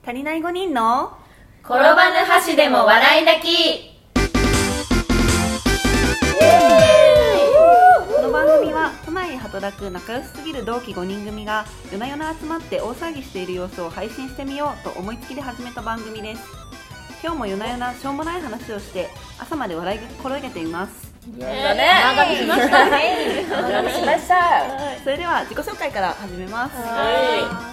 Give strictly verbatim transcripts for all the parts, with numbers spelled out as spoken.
足りないごにんの転ばぬ箸でも笑い泣き。 この番組は都内で働く仲良しすぎる同期ごにん組が夜な夜な集まって大騒ぎしている様子を配信してみようと思いつきで始めた番組です。今日も夜な夜なしょうもない話をして朝まで笑いが転げています。 だね、長くしましたね。長くしました。 それでは自己紹介から始めます。 はい。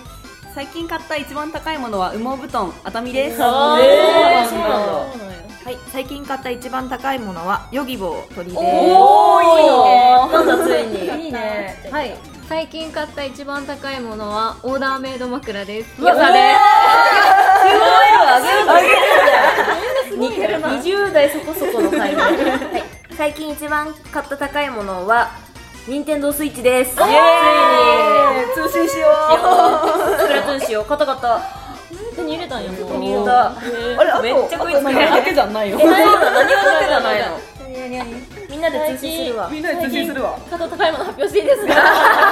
最近買った一番高いものは羽毛布団熱海です。 あー、えー、そうなんだ。 はい、最近買った一番高いものはヨギボー鳥です。 おー、いいね。なんだついに。いいね。 はい、最近買った一番高いものはオーダーメイド枕です。 うわ、です。すごいわ、あげる似てるな。 にじゅう代そこそこの買い物。はい、 最近一番買った高いものは任天堂スイッチです。 イエーイ。 通信しよう。 スプラトゥーンしよう。買った買った。 手に入れたんやもん。 手に入れた。 あれ、あとめっちゃ食いつく。 何だけじゃないよ。 え、何がだけじゃないの。みんなで通信するわ。 みんなで通信するわ。 買った高いもの発表していいですか？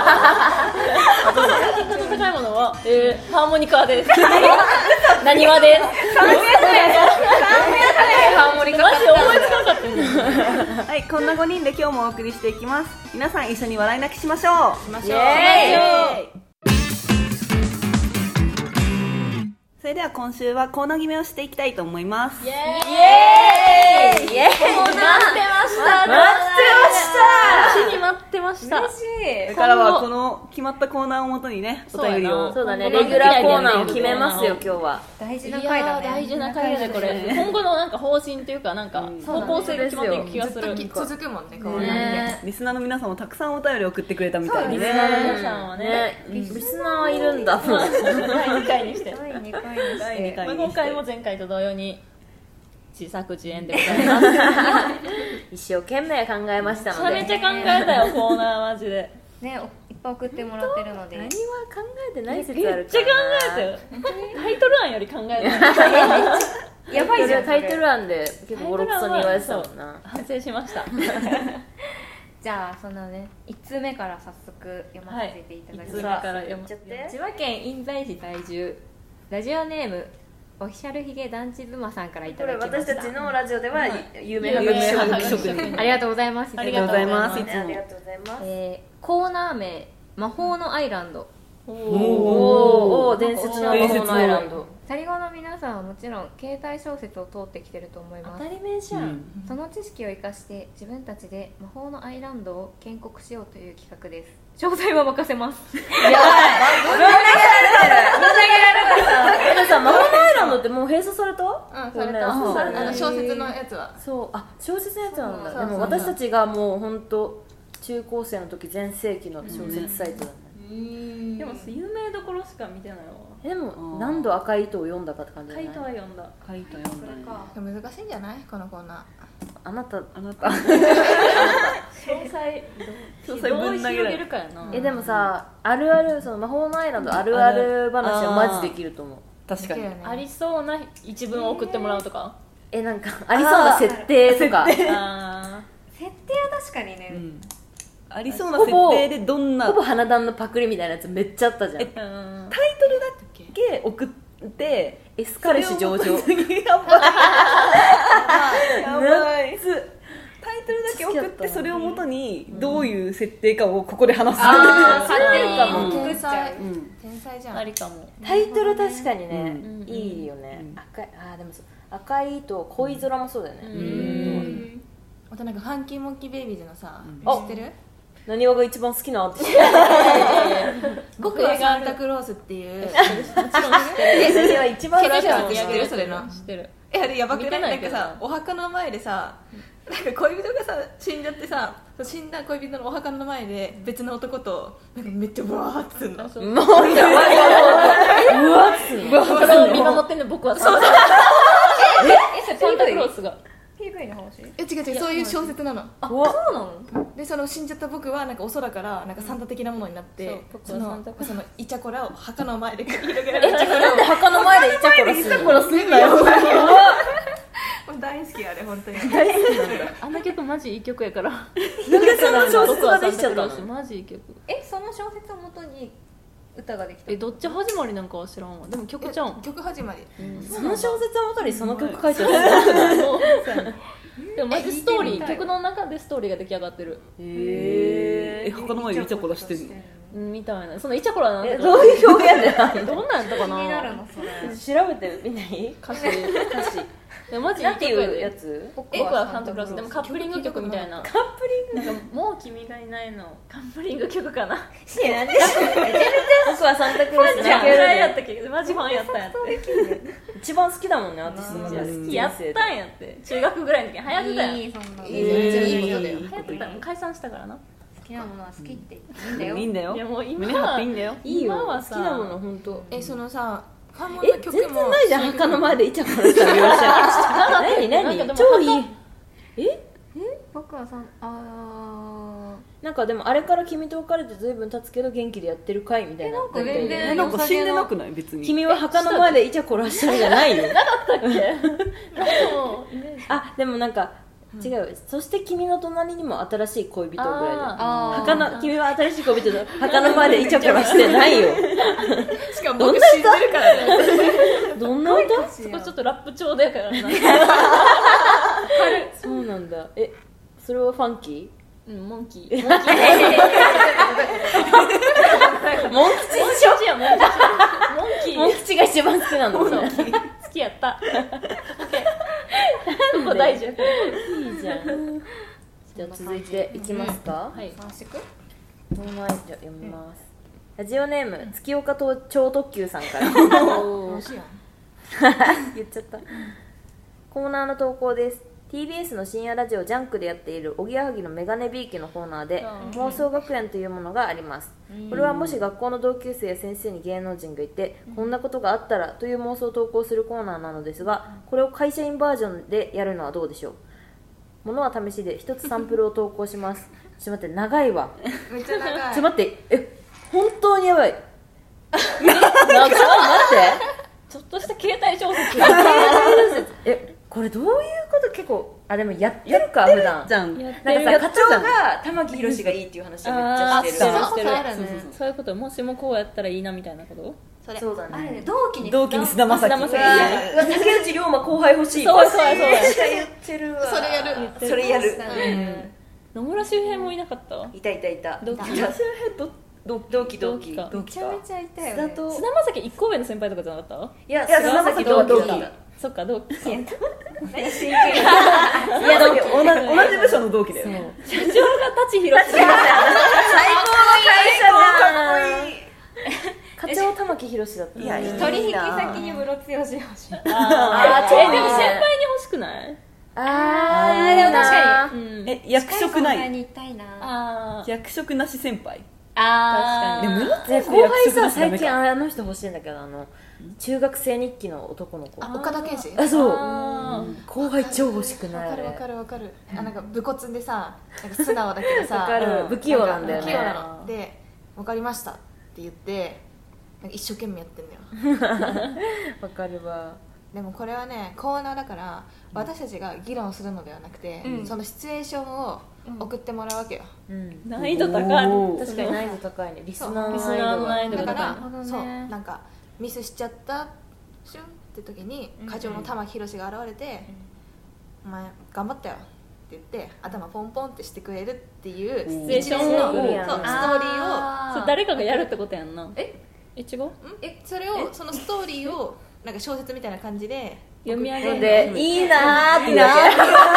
最近買った高いものは、えー、ハーモニカです。なにわです。ハーモニカマジで思いつかなかった。 はい、こんなごにんで今日もお送りしていきます。皆さん一緒に笑い泣きしましょう。 しましょう。 それでは今週はコーナー決めをしていきたいと思います。 イエーイ。イエーイ。 待ってました。 待ってました。 待ちに待ってました。 嬉しい。 これからはこの決まったコーナーをもとにね、お便りを。 そうだね、レギュラーコーナーを決めますよ、今日は。 大事な回だね。大事な回だね、これ。今後のなんか方針というか、なんか方向性が決まっていく気がする。 続くもんね、こうね、リスナーの皆さんもたくさんお便り送ってくれたみたいでね。 リスナーの皆さんはね、リスナーはいるんだ。だいにかいにして。だいにかいにして。今回も前回と同様に自作自演でございます。一生懸命考えましたので。めちゃめちゃ考えたよ、コーナーマジで。ね、いっぱい送ってもらってるので。何は考えてない説あるからな。めっちゃ考えたよ。タイトル案より考えた。やばいじゃん。タイトル案で結構ボロクソに言われてたもんな。反省しました。 じゃあそのね、いち通目から早速読ませていただきます。 はい、いち通目から読ませて。 千葉県印西市在住、ラジオネームオフィシャルヒゲ団地妻さんからいただきました。 これ私たちのラジオでは有名な有名な職人。 ありがとうございます。 ありがとうございます。いつもありがとうございます。 えー、コーナー名魔法のアイランド。 おおお、伝説の魔法のアイランド。 タリゴの皆さんはもちろん携帯小説を通ってきてると思います。 当たり前じゃん、うん、 その知識を生かして自分たちで魔法のアイランドを建国しようという企画です。詳細は任せます。 やばい、ぶん投げられてる。ぶん投げられた。え、さ、魔法のアイランドってもう閉鎖された？ うん、された。あの小説のやつは。 そう、あ、小説のやつなんだ。でも私たちがもう本当中高生の時全盛期の小説サイトだね。 でも有名どころしか見てないわ。 でも何度赤い糸を読んだかって感じじゃない？ 赤い糸は読んだ。 赤い糸読んだ。 難しいんじゃないこのコーナー。 あなた、 あなた。 詳細、 詳細ぶん投げられるかやな。 え、でもさ、あるある、その魔法のアイランドあるある話はマジできると思う。 確かに。 ありそうな一文を送ってもらうとか。 え、なんかありそうな設定とか。 設定は確かにね。 ありそうな設定でどんなほぼ花壇のパクリみたいなやつめっちゃあったじゃん。タイトルだけ送ってエスカルシ上場。やばいやばい。タイトルだけ送ってそれをもとにどういう設定かをここで話す。 ああ、それあるかも。 天才天才じゃん。 ありかも。 タイトル確かにねいいよね。赤い、ああでも赤いと恋空もそうだよね。 あとなんかファンキーモンキーベイビーズのさ、知ってる？ なにわが一番好きなアーティスト。 僕はサンタクロースっていう。もちろん知ってる。なにわ一番好きなアーティスト。 知ってるそれの。 知ってる。 え、あれやばくない？なんかさ、お墓の前でさ、なんか恋人がさ死んじゃってさ、死んだ恋人のお墓の前で別の男となんかめっちゃブワーってすんの。 もうやばいやばい。ブワーってすんの。 それを見守ってんの僕は。そうそう。え、サンタクロースが。ピーブイ の話？ え、違う違う、そういう小説なの。 あ、そうなの？ で、その死んじゃった僕はなんかお空からなんかサンタ的なものになって、そのそのイチャコラを墓の前で繰り広げられる。 なんで墓の前でイチャコラすんだよ。 大好きあれ本当に。 大好きなんだ。あんな曲マジいい曲やから。なんでその小説ができちゃったの？ マジいい曲。え、その小説を元に歌ができた。 えどっち始まりなんかは知らんわ。でも曲じゃん。 曲始まり、 うんその小説をもとにその曲書いてる。 でもマジストーリー、 え聞いてみたい曲の中でストーリーが出来上がってる。 へえ他の前にイチャコラしてるうんみたいな。そのイチャコラなんえてどういう表現だよ。 どんなんやったかな。 気になるのそれ。 調べてみない歌詞。 歌詞でもマジなんていうやつ？ つ？ 僕はサンタクロース。でもカップリング曲みたいな。 カップリングなんかもう君がいないのカップリング曲かな。 いやなんで僕はサンタクロースマジぐ泣けるらいやっでたけどマジファンやったんやって。 一番好きだもんね、アーティストの中で。 好きやったんやって。中学ぐらいの時に流行ってたよ。 いいそんな。 いいめっちゃいいことだよ流行ってたの。解散したからな。 好きなものは好きって言っていいんだよ。 いいんだよいやもう今胸張っていいんだよいいよ、 今はさ好きなもの本当。 えそのさファンモンえの曲も全然ないじゃん、墓の前でイチャコラした描写。何なんかでも何超いい。え僕はさんあなんかでもあれから君と別れて随分経つけど元気でやってる回みたいな。 なんか全然えなんか死んでなくない別に君は墓の前でイチャコラしたんじゃないよ。 もあ、でもなんか違うよ。そして君の隣にも新しい恋人ぐらいで。 あ墓の君は新しい恋人と墓の前でイチャコラしてないよ。 しかも僕知ってるからねどんな歌？ そこちょっとラップ調だからな。 そうなんだ。え、それはファンキうんモンキー。 ー？モン吉モン吉やモン吉。モンキー。 モン吉が一番好きなの。 そう好きやった。オッケー。ここ大事やから。 いいじゃん。じゃあ続いていきますか。 はい。 短縮お名前じゃ読みます。ラジオネーム月岡と超特急さんからおー言っちゃった。コーナーの投稿です。ティービーエス の深夜ラジオジャンクでやっているおぎやはぎのメガネビーキのコーナーでうん妄想学園というものがあります。これはもし学校の同級生や先生に芸能人がいてこんなことがあったらという妄想を投稿するコーナーなのですが、これを会社員バージョンでやるのはどうでしょう。ものは試しで一つサンプルを投稿します。ちょっと待って、長いわ。 めっちゃ長いちょっと待って、え、本当にやばい。なんかちょっと待って。 ちょっとした携帯小説。 え、これどういうこと結構、あ、でもやってるか、普段。 じゃんやってるなんかさ、課長が玉木宏がいいっていう話をめっちゃあーしてる。 してるそうあるねそうそうそうそういうこと。もしもこうやったらいいなみたいなこと。 それそうだあれねね。 同期に同期に菅田将暉菅田将暉うわ竹内涼真後輩欲しい。 そうそうそう欲しい言ってるわ。 それやるそれやる。 野村周辺もいなかった。 いたいたいた。 同期いた同同期同期同期か同期めちゃめちゃいたよね。 須田と菅田将暉一個上の先輩とかじゃなかった。 いやいや菅田将暉菅田将暉同期だっ同期た。 そっか同期。 いやいや同期同じ同じ部署の同期だよね社長が舘ひろし。 最高の会社だ。課長玉木宏だった。 いやいい取引先にムロツヨシ欲しい。 あー、えでも先輩に欲しくない？ あー、 ーでも確かうん。 え役職ないに行きたいな。 あー役職なし先輩あー。 でもで後輩さ、最近あの人欲しいんだけど、あの中学生日記の男の子。 あ岡田健志あ、そう。 あ後輩超欲しくない。 わかるわかるわかるあなんか武骨でさなんか素直だけどさわかる。不器用なんだよね。 不器用なので分かりましたって言ってなんか一生懸命やってんだよわかるわ。 でもこれはねコーナーだから私たちが議論するのではなくて、 うんそのシチュエーションを送ってもらうわけよ、 うん。 難易度高おーい。 確かに難易度高いね。リスナーのリスナーの難易度だから高い。 なるほどねそうなんかミスしちゃったシュンって時に課長の玉木宏が現れて「お前頑張ったよ」って言って頭ポンポンってしてくれるっていううん一連のシチュエーションそういいやんストーリーをそれ誰かがやるってことやんな。 ええ違う？ えそれをそのストーリーをなんか小説みたいな感じで読み上げる。 で、いいなーってなる。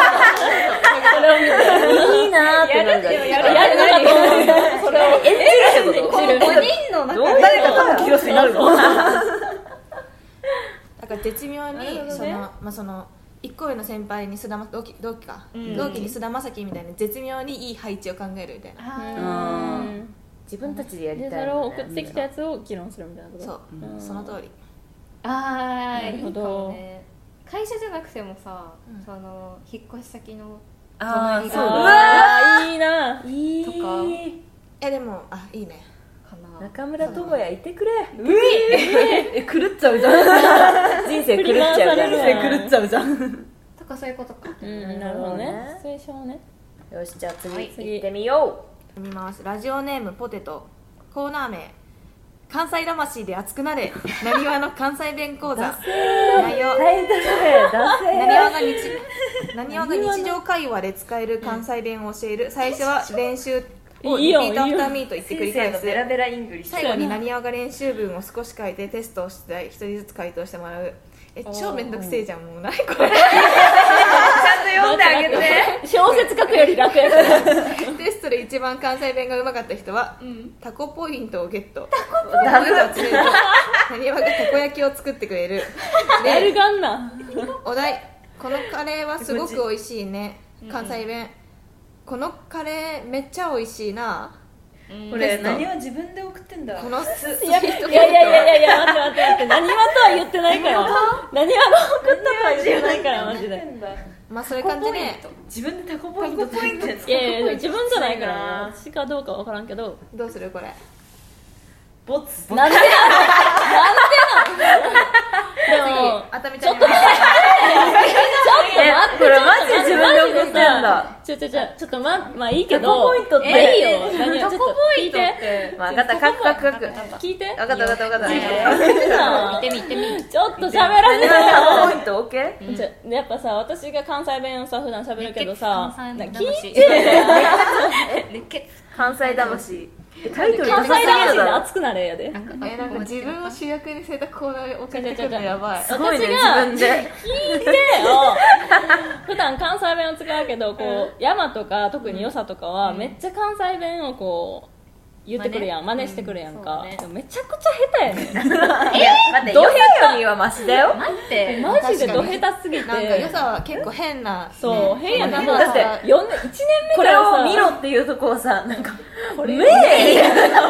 いいなーってなる。 やるやるやるなと思う。それを演じるってこと？ このごにんの中で誰か玉木宏になるのだから絶妙になるほどねその、まあ、その一個上の先輩に菅田同期同期か、 うん同期に菅田将暉みたいな絶妙にいい配置を考えるみたいなうん自分たちでやりたいでそれをのね。 送ってきたやつを議論するみたいなこと。 そう、 うんその通りあーいいかなるほどもね。会社じゃなくてもさ、 うんその引っ越し先のあー隣がそうだあーいいな。 いいとかえでもあいいねかな。 中村智也いてくれ。 え狂っちゃうじゃん人生狂っちゃうから振り回されるわ人生狂っちゃうじゃんとかそういうことか。 うんなるほどね。シチュエーションをね。 よし、じゃあ次はい行ってみよ見ますラジオネームポテトコーナー名関西魂で熱くなれなにわの関西弁講座内容大変だねダセーなにわが日なにわが日常会話で使える関西弁を教える。最初は練習をリピートアフターミーと言って繰り返す。 ベラベライングリッシュ。 最後になにわが練習文を少し書いてテストをして一人ずつ回答してもらう。え超めんどくせえじゃん。もう何これちゃんと読んであげて小説書くより楽やからテストで一番関西弁が上手かった人は、うん、タコポイントをゲット。 タコポイントダメだ。なにわがたこ焼きを作ってくれる。 やるがんな。 お題、このカレーはすごく美味しいね。関西弁、このカレーめっちゃ美味しいな。 これ何は自分で送ってんだ。 このスいやいやいやいやいや待って待って待って、何はとは言ってないから何はが送ったとは言ってないからマジで。 まあそういう感じで自分でタコポイントいやいや自分じゃないから私かどうか分からんけど。 どうするこれ。 ボツ。 なんでなのなんでなの。でもあたみちゃんにちょっと待ってこれマジで自分で送ってんだ。 ちょちょちょちょっとままあいいけど。 タコポイントっていいよ。何ちょっと聞いて。 まあ分かった。書く書く書く。 聞いて。 分かった分かった分かった。 見てみてみ。ちょっと喋らせてよ。 タコポイント OK？ やっぱさ私が関西弁をさ普段喋るけどさ聞いて。 関西魂。タイトル関西魂で熱くなれやで。 えなんか自分を主役にせたコーナーで送ってくるのやばい。 すごいね自分で。 聞いてよ。普段関西弁を使うけどこう山とか特に良さとかはめっちゃ関西弁をこう言ってくるやん、真似してくるやんか。でもめちゃくちゃ下手やねん。 え待って、良さよりはマシだよ。 待ってマジでド下手すぎて。 なんか良さは結構変な。 そう変やな。だっていちねんめこれからさを見ろっていうとこをさなんかこれ目これ意味が分からん。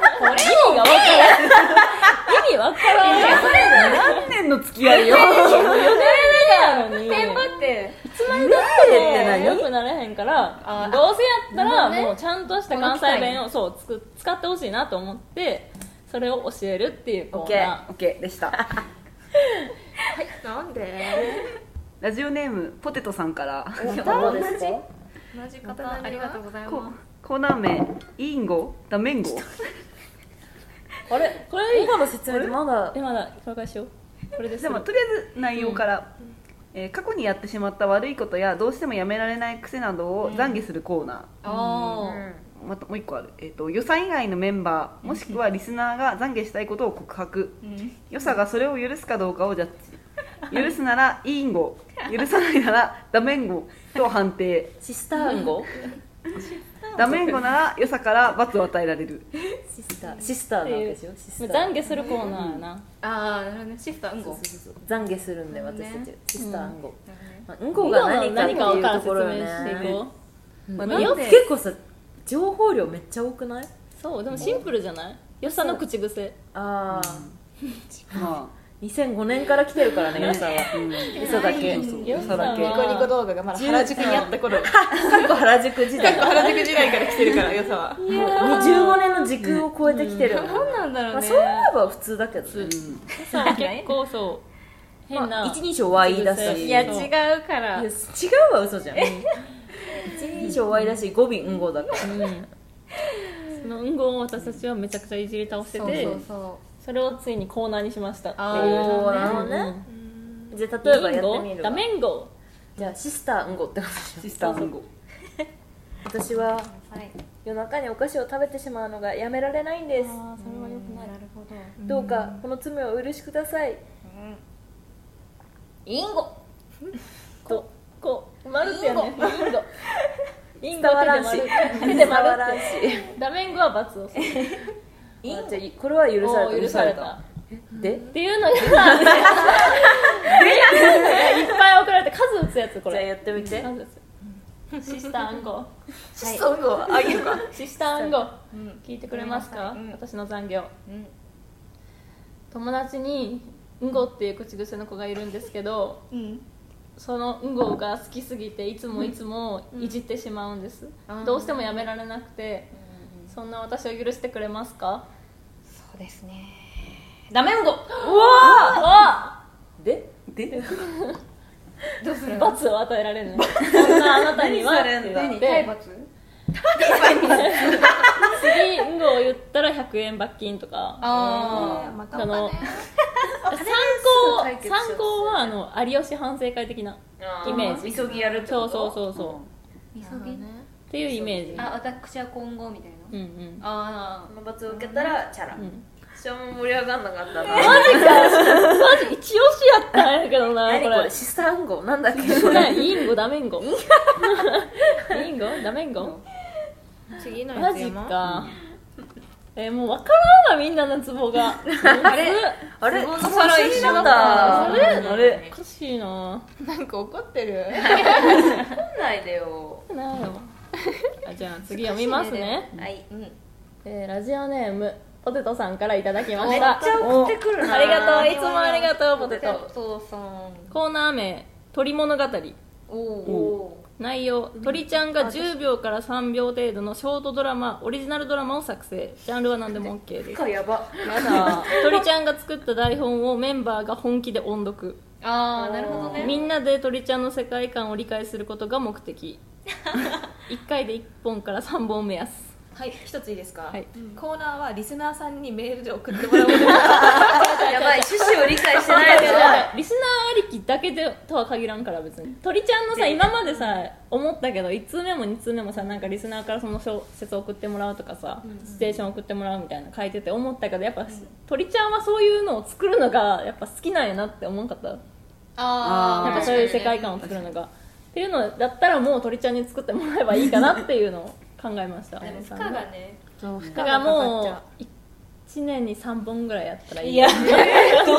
意味分からん。 何年の付き合いよ。 よねんめなのにテンパっていつまでたってもよくなれへんからどうせやったらもうちゃんとした関西弁をそうつく使ってほしいなと思ってそれを教えるっていうコーナー。 オッケーでした。 はいなんでラジオネームポテトさんからどうですか。 同じ方ありがとうございます。 コーナー名インゴダメンゴ。 あれこれ今の説明でまだえまだ紹介しよう。これです。 でもとりあえず内容から、うんえー、過去にやってしまった悪いことやどうしてもやめられない癖などを懺悔するコーナー、 あうん、またもう一個ある、えーと、予算以外のメンバーもしくはリスナーが懺悔したいことを告白、うん、予算がそれを許すかどうかをジャッジ。許すならインゴ、許さないならダメンゴと判定。 シスターンゴ。 ダメンゴなら良さから罰を与えられる。 シスターシスターなんですよ。 懺悔するコーナーやな。 ああなるほどね。シスターンゴ。 懺悔するんで私たちシスターンゴ。 うんこが何かっていうところよね。 結構さ情報量めっちゃ多くない？ そうでもシンプルじゃない？良さの口癖。 ああ。まあ。にせんごねんから来てるからね、良さは。良さだけ。 良さだけ。 ニコニコ動画がまだ原宿にあった頃。 過去原宿時代。 過去原宿時代から来てるから良さは。 じゅうごねんの時空を超えてきてる。 何なんだろうね。 そういえば普通だけどね。 結構そう変な一人称 Y だし。 いや違うから。 違うは嘘じゃん。一人称 Y だし語尾うんごだから。 そのうんごを私たちはめちゃくちゃいじり倒してて。そうそうそれをついにコーナーにしましたっていう。 おーなるほどね。じゃあ例えばやってみるわ。 ダメンゴ。 じゃあシスターうんごってことでしょ。 シスターうんご。 私は夜中にお菓子を食べてしまうのがやめられないんです。 あそれは良くない。なるほど。 どうかこの罪をお許しください。 インゴ。ここ丸ってやね。インゴ。インゴ伝わらんし。 手で丸って。ダメンゴは罰をする。 いいんじゃこれは許された。 許されたでっていうのがいっぱい送られて数打つやつこれ。 じゃあやってみて。 シスターンゴ。 シスターンゴあいいのか。 シスターンゴ聞いてくれますか？私の残業。友達にうんごっていう口癖の子がいるんですけど、そのうんごが好きすぎていつもいつもいじってしまうんです。どうしてもやめられなくて。そんな私を許してくれますか？ そうですね。 ダメンゴ。うわーででどうする？ 罰を与えられるの。そんなあなたにはって言って。 体罰？ 次んごを言ったらひゃくえん罰金とか。 あまたあのね参考参考はあの有吉反省会的なイメージ。 みそぎやるってこと。 そうそうそうそう、 みそぎっていうイメージ。 あ、私は今後みたいな。 うんうん。 あこの罰を受けたらチャラ。 うん私はもう盛り上がんなかったな。 マジか。マジ一押しやったんやけどな。 何これれシスターンゴなんだっけ。 インゴダメンゴインゴダメンゴ次のマジやつ山か。えーもう分からんわみんなのツボが。 あれあれツボの皿一緒だったあれあれおかしいな。 なんか怒ってる来ないでよ。 なんやろあじゃあ次読みますね。 はい。うん。 えーラジオネームポテトさんからいただきまめっちした。 ゃ送ってくるな。 ありがとう、いつもありがとうポテト。 お父さん。 コーナー名鳥物語。 おお。 内容、鳥ちゃんがじゅうびょうからさんびょう程度のショートドラマオリジナルドラマを作成。ジャンルは何でも OK です。 かやば。 やだ。鳥ちゃんが作った台本をメンバーが本気で音読。 ああ、なるほどね。 みんなで鳥ちゃんの世界観を理解することが目的。いっかいでいっぽんからさんぼん目安。 はい、一ついいですか、 はい、 コーナーはリスナーさんにメールで送ってもらうことやばい、趣旨を理解してないでしょ。 リスナーありきだけでとは限らんから別に。鳥ちゃんのさ今までさ思ったけどいち通目もに通目もさなんかリスナーからその小説を送ってもらうとかさ、うんうん、シチュエーション送ってもらうみたいな書いてて思ったけどやっぱ、うん、鳥ちゃんはそういうのを作るのがやっぱ好きなんやなって思わんかった。あやっぱそういう世界観を作るのがっていうのだったらもう鳥ちゃんに作ってもらえばいいかなっていうのを考えました。 でも負荷がね、 そう負荷がもういちねんにさんぼんぐらいやったらいい。 いやどんなコーナ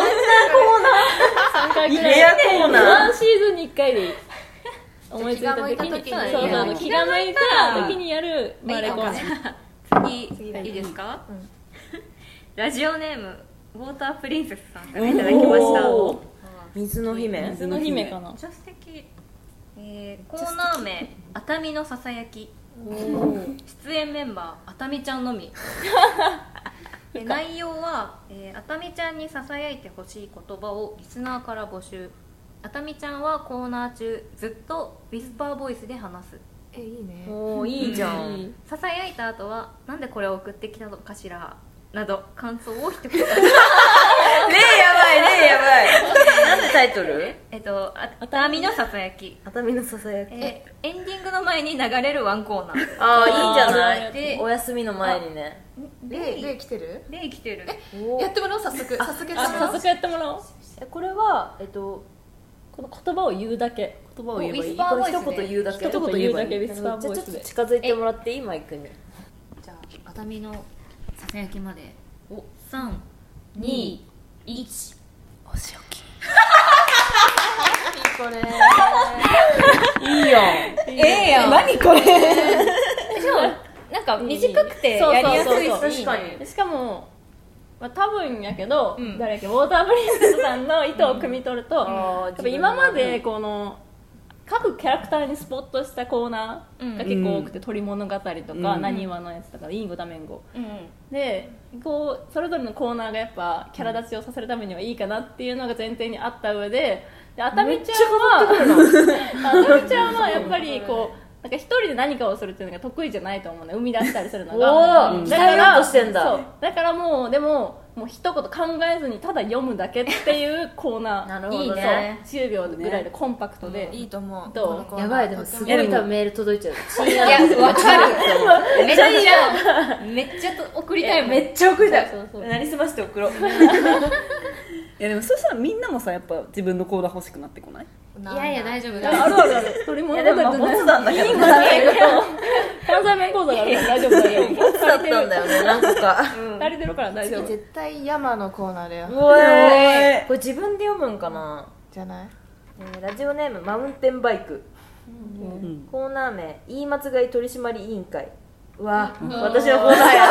ーさんかいぐらいレアコーナーワンシーズンにいっかいでいい。思いついた時にそうそう気が向いた時にやるマレコーナー。次いいですか、うん、ラジオネームウォータープリンセスさんからいただきました。 水の姫水の姫かな。 めっちゃ素敵。えー、コーナー名熱海のささやき。出演メンバー熱海ちゃんのみ。内容は、えー、熱海ちゃんにささやいてほしい言葉をリスナーから募集。熱海ちゃんはコーナー中ずっとウィスパーボイスで話す。 えいいね。 おーいいじゃん。 ささやいた後はなんでこれを送ってきたのかしらなど感想を一言。例やばい例やばい。なんでタイトル？ えっと熱海のささやき。 熱海のささやき。 えー、エンディングの前に流れるワンコーナー。 ああいいんじゃない？お休みの前にね。 レイレイ来てる？ レイ来てる。 えやってもらおう早速早速やってもらおう。 早速やってもらおう。 これはえっとこの言葉を言うだけ。 言葉を言えばいい。これ一言言うだけ。 一言言うだけ。ウィスパーボイスで。じゃあちょっと近づいてもらっていいマイクに。 じゃあ熱海のささやきまで。おさんにいちお仕置き。 これいいよ。 ええやん。 何これ。 しかもなんか短くてやりやすいし、 確かに。 しかも、まあ、多分やけど、うん、誰やっけウォータープリンセスさんの意図を汲み取ると、うん、やっぱ今までこの各キャラクターにスポットしたコーナーが結構多くて、うん、鳥物語とかなにわのやつとかインゴダメンゴ、うん、でこうそれぞれのコーナーがやっぱキャラ立ちをさせるためにはいいかなっていうのが前提にあった上で、で熱海ちゃんは熱海ちゃんはやっぱりこうなんか一人で何かをするっていうのが得意じゃないと思うね。生み出したりするのがおーだからしてんだ。 そうだからもうでももう一言考えずにただ読むだけっていうコーナーなるほどね。 いいね。じゅうびょうぐらいでコンパクトで、 ね、いいと思う。 どう？ やばいでもすごい多分メール届いちゃう。 いやわかる。めっちゃめっちゃと送りたいもん。 めっちゃ送りたい。 そうそうそう。 なりすまして送ろう。 いやでもそしたらみんなもさやっぱ自分のコーナー欲しくなってこない？ いやいや大丈夫。 あるあるある。鳥物語でもボツなんだけど。 関西弁講座があるから大丈夫だよ。 ボツだったんだよね。なんとか足りてるから大丈夫。 絶対山のコーナーだよ。 うおい。これ自分で読むんかな。 じゃない？ えー、ラジオネームマウンテンバイク。うん、コーナー名言い間違い取締委員会。うわ、うん、私のコーナーや。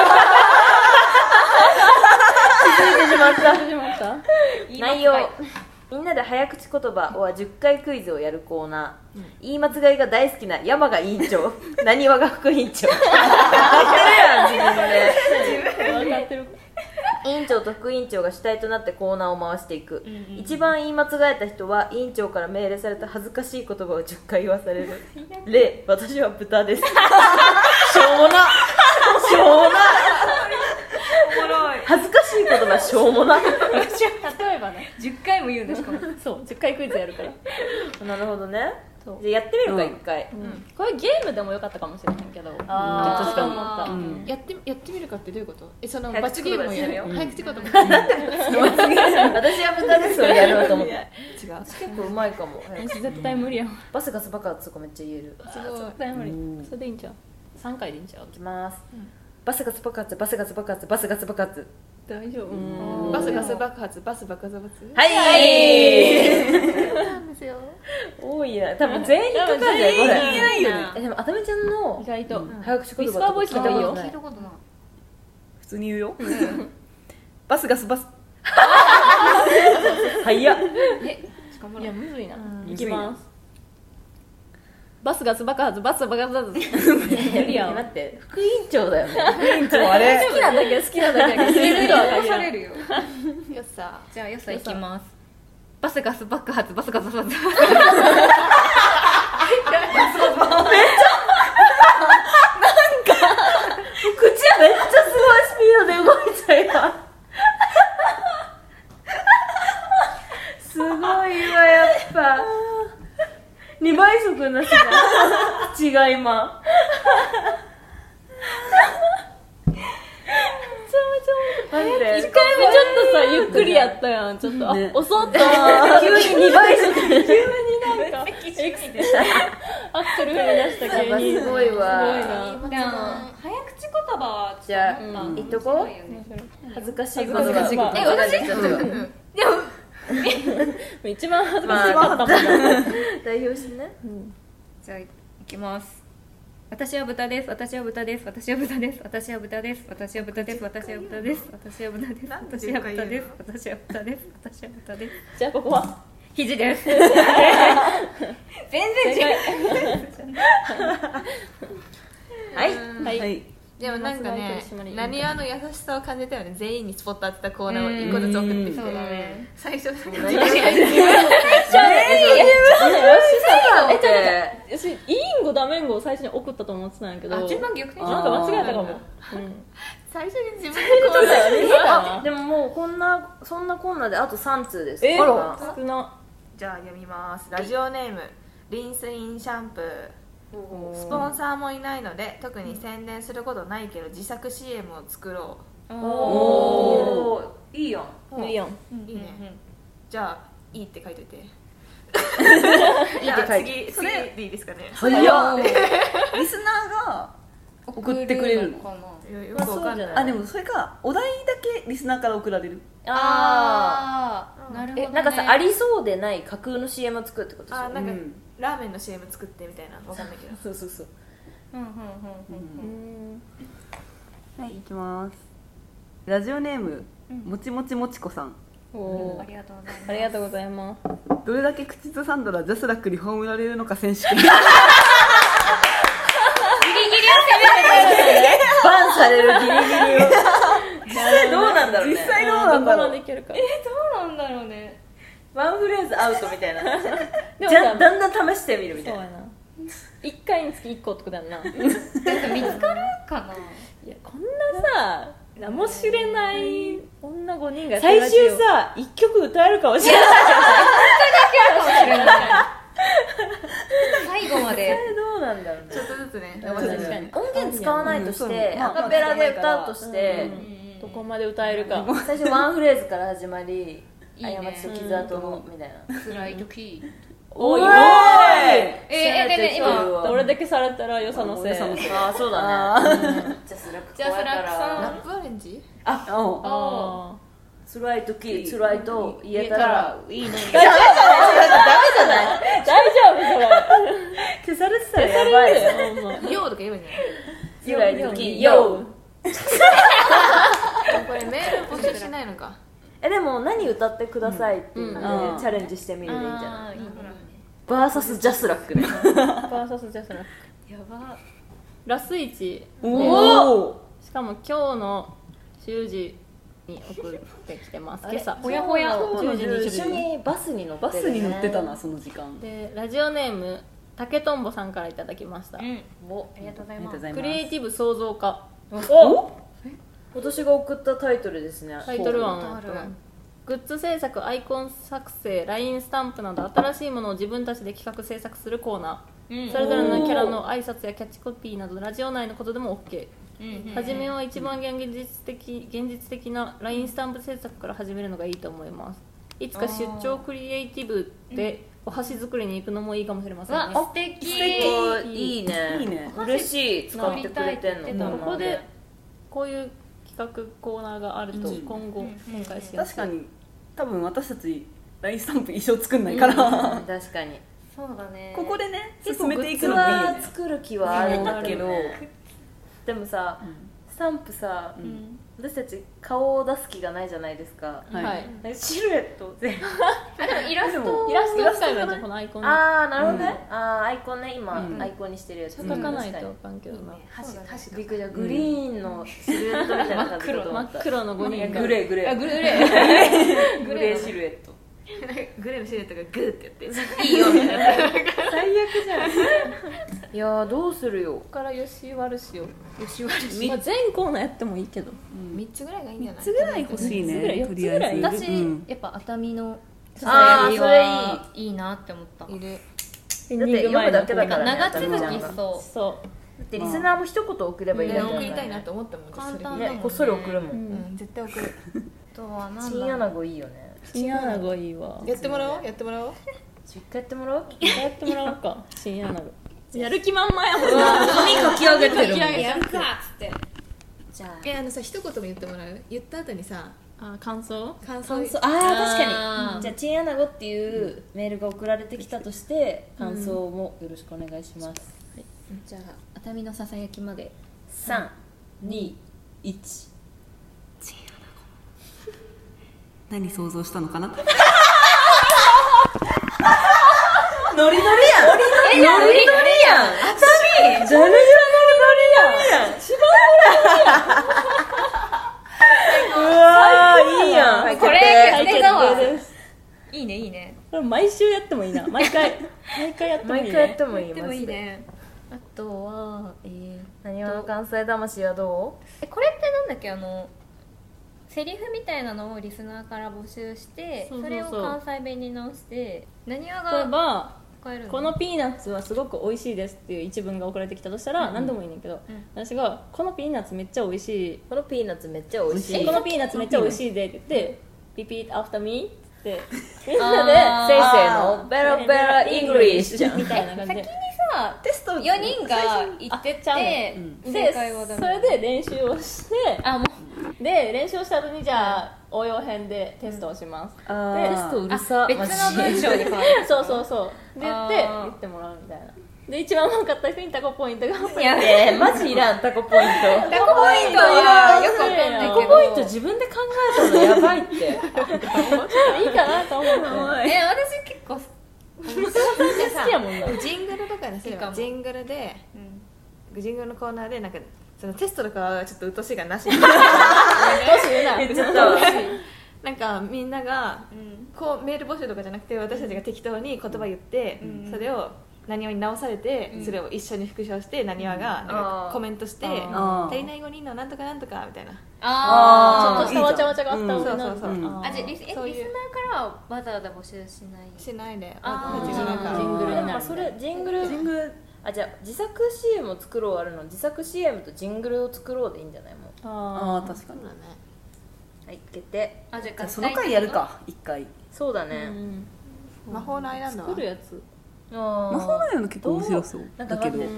気づいてしまった。 始まった。 内容。みんなで早口言葉はじゅっかいクイズをやるコーナー、うん、言い間違いが大好きな山が委員長なにわが副委員長分かってるやん自分で分かってる。 委員長と副委員長が主体となってコーナーを回していく、うんうん、一番言い間違えた人は委員長から命令された恥ずかしい言葉をじゅっかい言わされる。例、私は豚です。しょうもなししょうもないおもろい。 恥ずかしい言葉しょうもない例えばねじゅっかいも言うんですかも。 そうじゅっかいクイズやるからなるほどね。 そうじゃあやってみるかうん一回。 これゲームでもよかったかもしれへんけどあー確かに思った、 ううんんやってやってみるかってどういうこと？えその早口罰ゲームをやる言葉早口言葉も私は豚ですをやろうと思って。 違う。 結構うまいかも。 私絶対無理やもんバスガスバカとかめっちゃ言える。 すごい絶対無理うんそれでいいんちゃうさんかいでいいんちゃういきます。バスガス爆発バスガス爆発バスガス爆発。 大丈夫うんバスガス爆発バス爆発はいなんですよ。 多いな。多分全員引っかかるんじゃないこれ。 全員ないよねえでもあたみちゃんの意外と、 うん早口言葉ウィスパーボイス聞いたこととか聞いたことない。 普通に言うよ。バスガスバス。 早っ。 え頑張ろう。 いやむずいな、 うんいきますバスガス爆発バス爆発無理やえわ待って副委員長だよね。 委員長あれ。 好きなんだけど好きなんだけど好きな人は騙限らんされるよ。 よっさじゃあよさいきます。バスガス爆発バスガス爆発。 口めっちゃすごいスピードで動いちゃうよ。すごいわやっぱ。にばい速になってた。口が今。待って。 いっかいめちょっとさゆっくりやったやんちょっと、 ねあ遅っと急ににばい速で。 急になんかエクセアクセル踏み出した急にすごいわすごいなでも早口言葉はじゃあ、 うん言っとこう。 面白いよね。 恥ずかしい言恥ずかしい言葉。 葉え私ちょっと一番恥ずかしかったもんな、 代表してね。 じゃあいきます。私は豚です。私は豚です。私は豚です。私は豚です。私は豚です。私は豚です。私は豚です。私は豚です。私は豚です。私は豚です。 じゃあここは肘です。全然違う。 はい。 はい、 はい。 でもなんかねまずは取締りなにわの優しさを感じたよね。全員にスポット当てたコーナーを一個ずつ送ってきてそうだね。 最初えちょっと待って私インゴダメンゴを最初に送ったと思ってたんやけどあ順番逆転なんか間違えたかも、うん、 最初に自分でコーナーをあでももうこんなそんなこんなであとさん通です。 えあら少なじゃあ読みます。ラジオネームリンスインシャンプー。スポンサーもいないので特に宣伝することないけど自作 シーエム を作ろおおいいやん。 う。 いいやんいいね。じゃあいいって書いといて。 いいって書いて。 次次でいいですかね。 早っ。リスナーが送ってくれるの。 かな。 よよまあくわかんない。 そうじゃないあでもそれかお題だけリスナーから送られる。 あああなるほどね。 ーえなんかさありそうでない架空の シーエム を作るってことでしょ。 あなんか、 うんラーメンの シーエム 作ってみたいなわかんないけど。 そうそうそう。 うんうんうんうんはい行きます。ラジオネームもちもちもちこさん。 おうん。 ーありがとうございます。 ありがとうございますどれだけ口ずさんだらジャスラックに葬られるのか選手権。 バンされるギリギリを。実際どうなんだろうね。 実際どうなんだろうどこまでいけるかどうなんだろうね。 ワンフレーズアウトみたいな。 でもじさゃだんだん試してみるみたいうな。 そやな一回につき一個ってことやんななんか見つかるかな。 いやこんなさ名も知れない女ごにんが最終さ一曲歌えるかもしれない。 最後まで。 あれどうなんだろうね。 ちょっとずつね。 確かに音源使わないとして、 うんアカペラで歌うとして、 どこまで歌えるか最初ワンフレーズから始まりいいね過ちと傷跡のみたいな。 辛い時。 おいおいえー、えでね今どれだけされたら良さのせい良さのせいああそうだね。ジャスラックジャスラックさんラップアレンジ？ あおあ辛い時辛いと言えたらいいのに。 ダメじゃないー大丈夫消されてたらやばいよ。 それほんまヨーとか言えばいいんじ辛い時よゃない？これメール募集しないのか。 えでも何歌ってくださいっていうのうんうんでチャレンジしてみるでいいんじゃない？ あーいいね。 バーサスジャスラックで。 バーサスジャスラックやば。 ラスイチおお。 しかも今日のじゅうじに送ってきてます今朝ほやほや。 じゅうじに一緒にバスに乗ってるね。 バスに乗ってたなその時間。 でラジオネーム竹とんぼさんからいただきました、 うん。おありがとうございます。 ありがとうございます。 クリエイティブ創造家お私が送ったタイトルですね。 タイトルはグッズ制作、アイコン作成、ライン スタンプなど新しいものを自分たちで企画制作するコーナー、うん、それぞれのキャラの挨拶やキャッチコピーなどラジオ内のことでも OK、うん、初めは一番現実的、現実的な ライン スタンプ制作から始めるのがいいと思います。いつか出張クリエイティブでお箸作りに行くのもいいかもしれませんね。 素敵。 いいね。 いいね。 嬉しい。使ってくれてんの。 ここでこういう企画コーナーがあると今後展開しやすい。 確かに多分私たちラインスタンプ一生作んないから、 確かにそうだね。 ここでね結進めていくのもいいよね。 作る気はあるんだけど、でもさ、スタンプさ、私たち顔を出す気がないじゃないですか。 はい。 シルエットで。 あ、でもイラストイラスト使えばいいじゃん、このアイコン。 ああ、なるほどね。ああ、アイコンね、今アイコンにしてるやつ。 書かないとあかんけどな。 びっくりした。グリーンのシルエットみたいな感じで。 真っ黒のごにんが。 グレーグレー。 グレー。 グレーシルエット。 グレーのシルエットがグーってやっていいよみたいな。 最悪じゃん。いやーどうするよ。 ここからよし悪しよ。 よし悪し。 まあ全コーナーやってもいいけど。 みっつぐらいがいいんじゃない？ みっつぐらい欲しいね。 よっつぐらい。 私やっぱ熱海のああそれいい。 いいなって思った。 いる。 だって読むだけだからね。 長続きそう。 そう。 だってリスナーも一言送ればいいだけだから。 送りたいなと思ったもん。 簡単ね、こっそり送るもん。 うん絶対送る。 あとはなんだ。 チンアナゴいいよね。 チンアナゴいいわ。 やってもらおうやってもらおう。 一回やってもらおう。 やってもらおうか。チンアナゴ。やる気満々やもんな。 髪かき上げてるもん。 やるかっつって。 じゃあ。 えあのさ一言も言ってもらう。言った後にさあ感想？ 感想。 ああ確かに。じゃあチンアナゴっていうメールが送られてきたとして感想もよろしくお願いします。 じゃあ熱海のささやきまで。 三二一。 何想像したのかな。 ノリノリやん。ノリノリやん。熱海。ジャルジャルノリノリやん。一番ノリやん。うわーいいやん。 これ決定だわ。いいねいいね。 これ毎週やってもいいな。毎回毎回やってもいいね。 毎回やってもいい。 でもいいね。あとはえーなにわの関西魂はどう？ えこれってなんだっけあの。セリフみたいなのをリスナーから募集してそれを関西弁に直して何話例えがば使えるのこのピーナッツはすごく美味しいですっていう一文が送られてきたとしたら、うん、何でもいいねんけど、うん、私がこのピーナッツめっちゃ美味しいこのピーナッツめっちゃ美味しいこのピーナッツめっちゃ美味しいでって言ってリピートアフターミーってみんなで先生のベラベライングリッシュじゃんみたいな感じで先にさテストよにんが行ってってでそれで練習をしてあもうで練習をした後にじゃあ応用編でテストをします、 うん、でテストうるさ別の文章に変わるそうそうそうで言って言ってもらうみたいなで一番分かった人にタコポイントがいやねマジいらんタコポイントタコポイントはよくわかんないけどタコポイント自分で考えたのやばいっていいかなと思ってえ私結構好きやもんなジングルとかにすればジングルで、うん、ジングルのコーナーでなんかそのテストとかはちょっとうっとしいがなしに言っちゃったわなんかみんなが、うん、こうメール募集とかじゃなくて私たちが適当に言葉言って、うん、それをなにわに直されて、うん、それを一緒に復唱してなにわがなんかコメントして足りないごにんのなんとかなんとかみたいなああちょっとしたわちゃわちゃがあったそうそうそう、うん、 あじゃあリス、リスナーからはわざわざ募集しないしないであジングルになるそれジングルジングルあじゃあ自作 シーエム を作ろうあるの自作 シーエム とジングルを作ろうでいいんじゃないもんああ確かにそうだねはい決定あじゃあその回やるか一回そうだね、 うん、魔法のアイランドは作るやつ魔法のアイランド結構面白そうだけど、うん、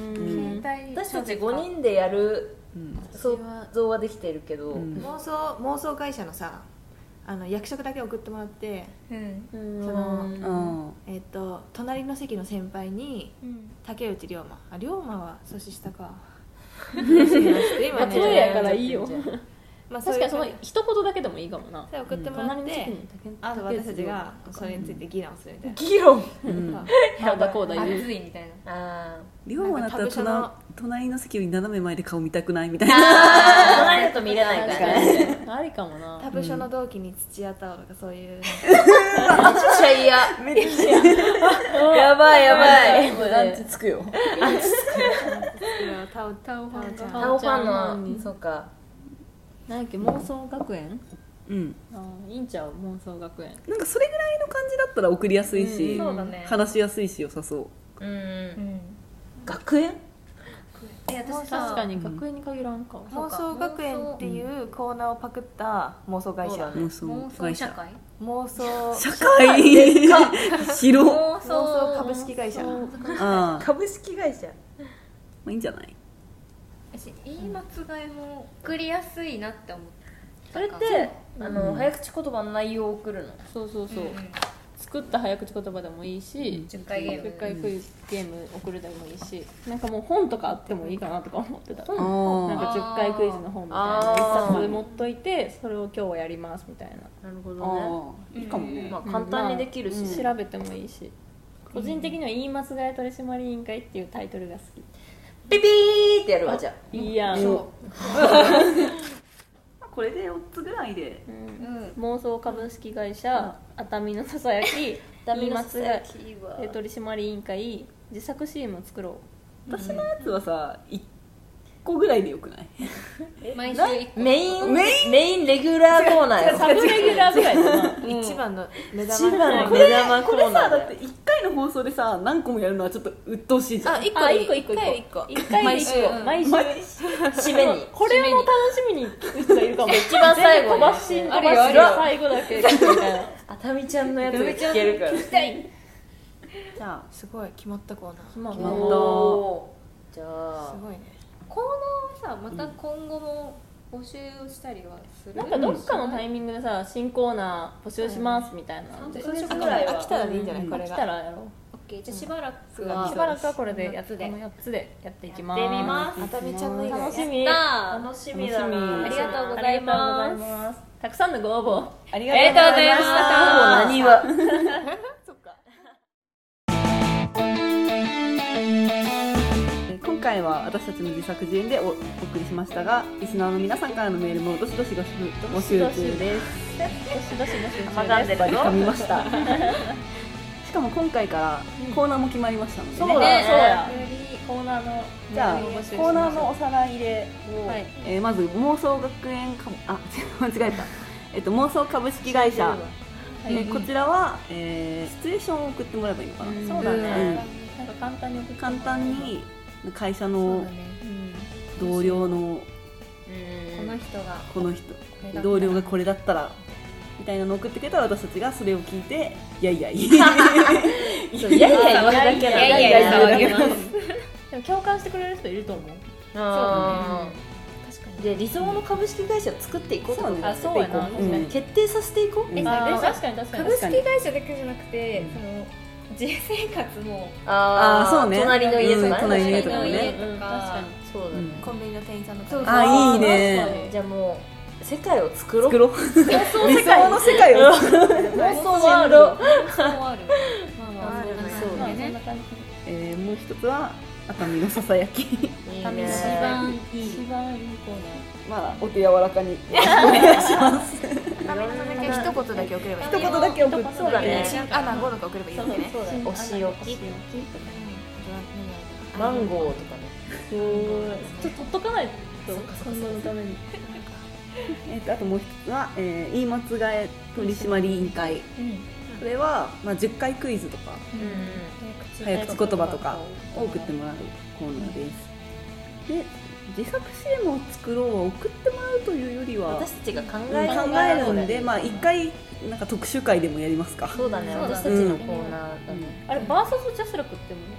私たちごにんでやる想像はできてるけど、 うん、妄想妄想会社のさあの役職だけ送ってもらって、うん、その、うんえー、と隣の席の先輩に、うん、竹内涼真あ涼真は年下か今ね例えやからいいよまあ、確かにその一言だけでもいいかもなそれ送ってもらって、うん、あと私たちがそれについて議論するみたいな議論あだこうだ言う熱いみたいな龍馬だったら隣隣の席より斜め前で顔見たくないみたいな隣だと見れないからねありかもな他部署の同期に土屋太鳳とかそういうめっちゃ嫌めっちゃ嫌やばいやばいアンチつくよアンチつくタオタオファンタオタオファンのそうかなんやっけ妄想学園うんあいいんちゃう妄想学園なんかそれぐらいの感じだったら送りやすいし、 そうだね話しやすいし良さそう。 うん、うん、 学園え私確かに学園に限らんか、 妄想学園っていうコーナーをパクった妄想会社、 妄想妄想社会妄想社会広妄想株式会社あ株式会社まあいいんじゃない。 私言い間違いも送りやすいなって思ってそれってあの、うん、早口言葉の内容を送るの。 そうそうそう、うんうん、作った早口言葉でもいいし、 じゅっかいゲームじゅっかいクイズゲーム送るでもいいし、なんかもう本とかあってもいいかなとか思ってた。なんかじゅっかいクイズの本みたいな一冊持っといてそれを今日はやりますみたいな。 なるほどね。 いいかもね。 まあ簡単にできるし、 うんまあ、調べてもいいし、個人的には言い間違い取締委員会っていうタイトルが好き。 ピピーってやるわ。じゃあいいやん。 これでよっつぐらいで、 うん、妄想株式会社熱海のささやき言い間違い取締委員会自作 シーエム を作ろう。 私のやつはさいっこぐらいでよくない？ 毎週いっこメインメインメインレギュラーコーナーや。 サブレギュラーぐらいだな。 一番の目玉一番の目玉コこれーナーさだっていっかいの放送でさ何個もやるのはちょっと鬱陶しいじゃん。 あ一個あ一個一個一回一個一回で一個毎週締めにこれを楽しみに聞く人がいるかも。 一番最後に飛ばし飛ばし最後だけ聞くみたいな。 熱海ちゃんのやつが聞けるから。 聞きたい。 じゃあすごい決まったコーナー決まっ決まったじゃあすごいね。 コーナーはさまた今後も募集したりはする？ なんかどっかのタイミングでさ新コーナー募集しますみたいなので、 さんかげつぐらいは飽きたらでいいんじゃない、これが来たらやろう。 オッケーじゃあしばらくうんはしばらくはこれでややつでこのやつでやっていきます。 やってみます熱海ちゃんの以外楽しみ。 やったー楽しみだな。 ありがとうございますありがとうございます。たくさんのご応募ありありがとうございましたほぼ何はそっか。今回は私たちの自作自演で お, お送りしましたが、リスナーの皆さんからのメールもどしどし募集中です。 どしどし募集中甘がんでるぞ。 噛みましたしかも今回からコーナーも決まりましたのでね、 そうだねそうや。コーナーのじゃあメールを募集しましょうコーナーのおさらいで、 はいえーまず妄想学園かあ間違えた、えっと、妄想株式会社、えーこちらは、えーシチュエーションを送ってもらえばいいのかな、 そうだね。 うんなんか簡単に送って簡単に会社そうのだね同僚のこの人がこの人これだったら同僚がこれだったらみたいなのを送ってくれたら私たちがそれを聞いてやいやいそういやいや言うだけなんだ。 いやいやいやいやでも共感してくれる人いると思う。 あ確かにーで理想の株式会社を作っていこうってことだね。 あそうやな。確かに。 決定させていこう。 うんあーで確かに確かに。 株式会社だけじゃなくてその自生活もあーそうね隣の家とかね。 うん隣の家とかもね隣の家うん確かに。 そうだね。 コンビニの店員さんのそうあいいねじゃあもう世界を作ろう。 作ろう理想の世界を作ろう、 妄想はある。 そうあるまあまああるねそうだねまあそんな感じ。 えーもう一つは熱海のささやきいいね。 一番いい一番いいコーまあお手柔らかにお願いします一言だけ送ればいい一言だけ送ってそうだねチンアナゴとか送ればいいナー。 わけねそうだね。 お仕置きうんマンゴーとかね。 すごい。ちょっと取っとかないと今後のために。 えーとあともう一つは、えー言い間違え取締委員会、これは、まあ、じゅっかいクイズとかう早口言葉とかを送ってもらうコーナーですで自作 シーエム を作ろうは送ってもらうというよりん。 は私たちが考考ええるんで、まあ一回なんか特集会でもやりますか。 そうだね。 そうだね私たちのコーナーだね。 あれバーサスジャスラックっても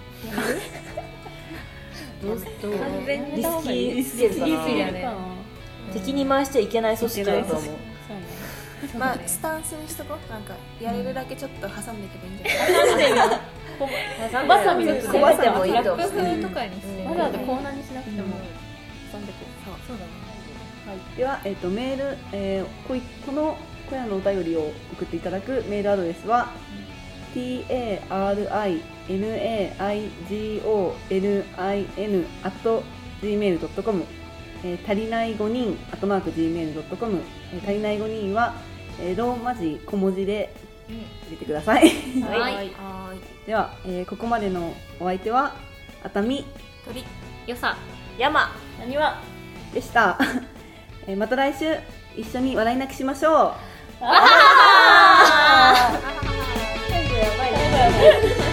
どうどう完全にリスキーリスキースキルかなリスキーやね敵に回しちゃいけない組織だと思う。 まあスタンスにしとこう。なんかやれるだけちょっと挟んでいけばいいんじゃないバサミで攻めてもいいと思う。 楽譜とかにしてわざわざコーナーにしなくても挟んでくる。 そうだねでは、えー、とメール、えーこいこの小屋のお便りを送っていただくメールアドレスは ティーエーアールアイエヌエーアイジーオーエヌアイエヌ アット ジーメール ドットコム、えー、足りないごにん アットマーク ジーメール ドットコム、えー、足りないごにんは、えーローマ字小文字で入れてくださいはいはーいでは、えーここまでのお相手は熱海鳥よさ、 山、 なにわでした。えーまた来週一緒に笑い泣きしましょう。 あーやばいね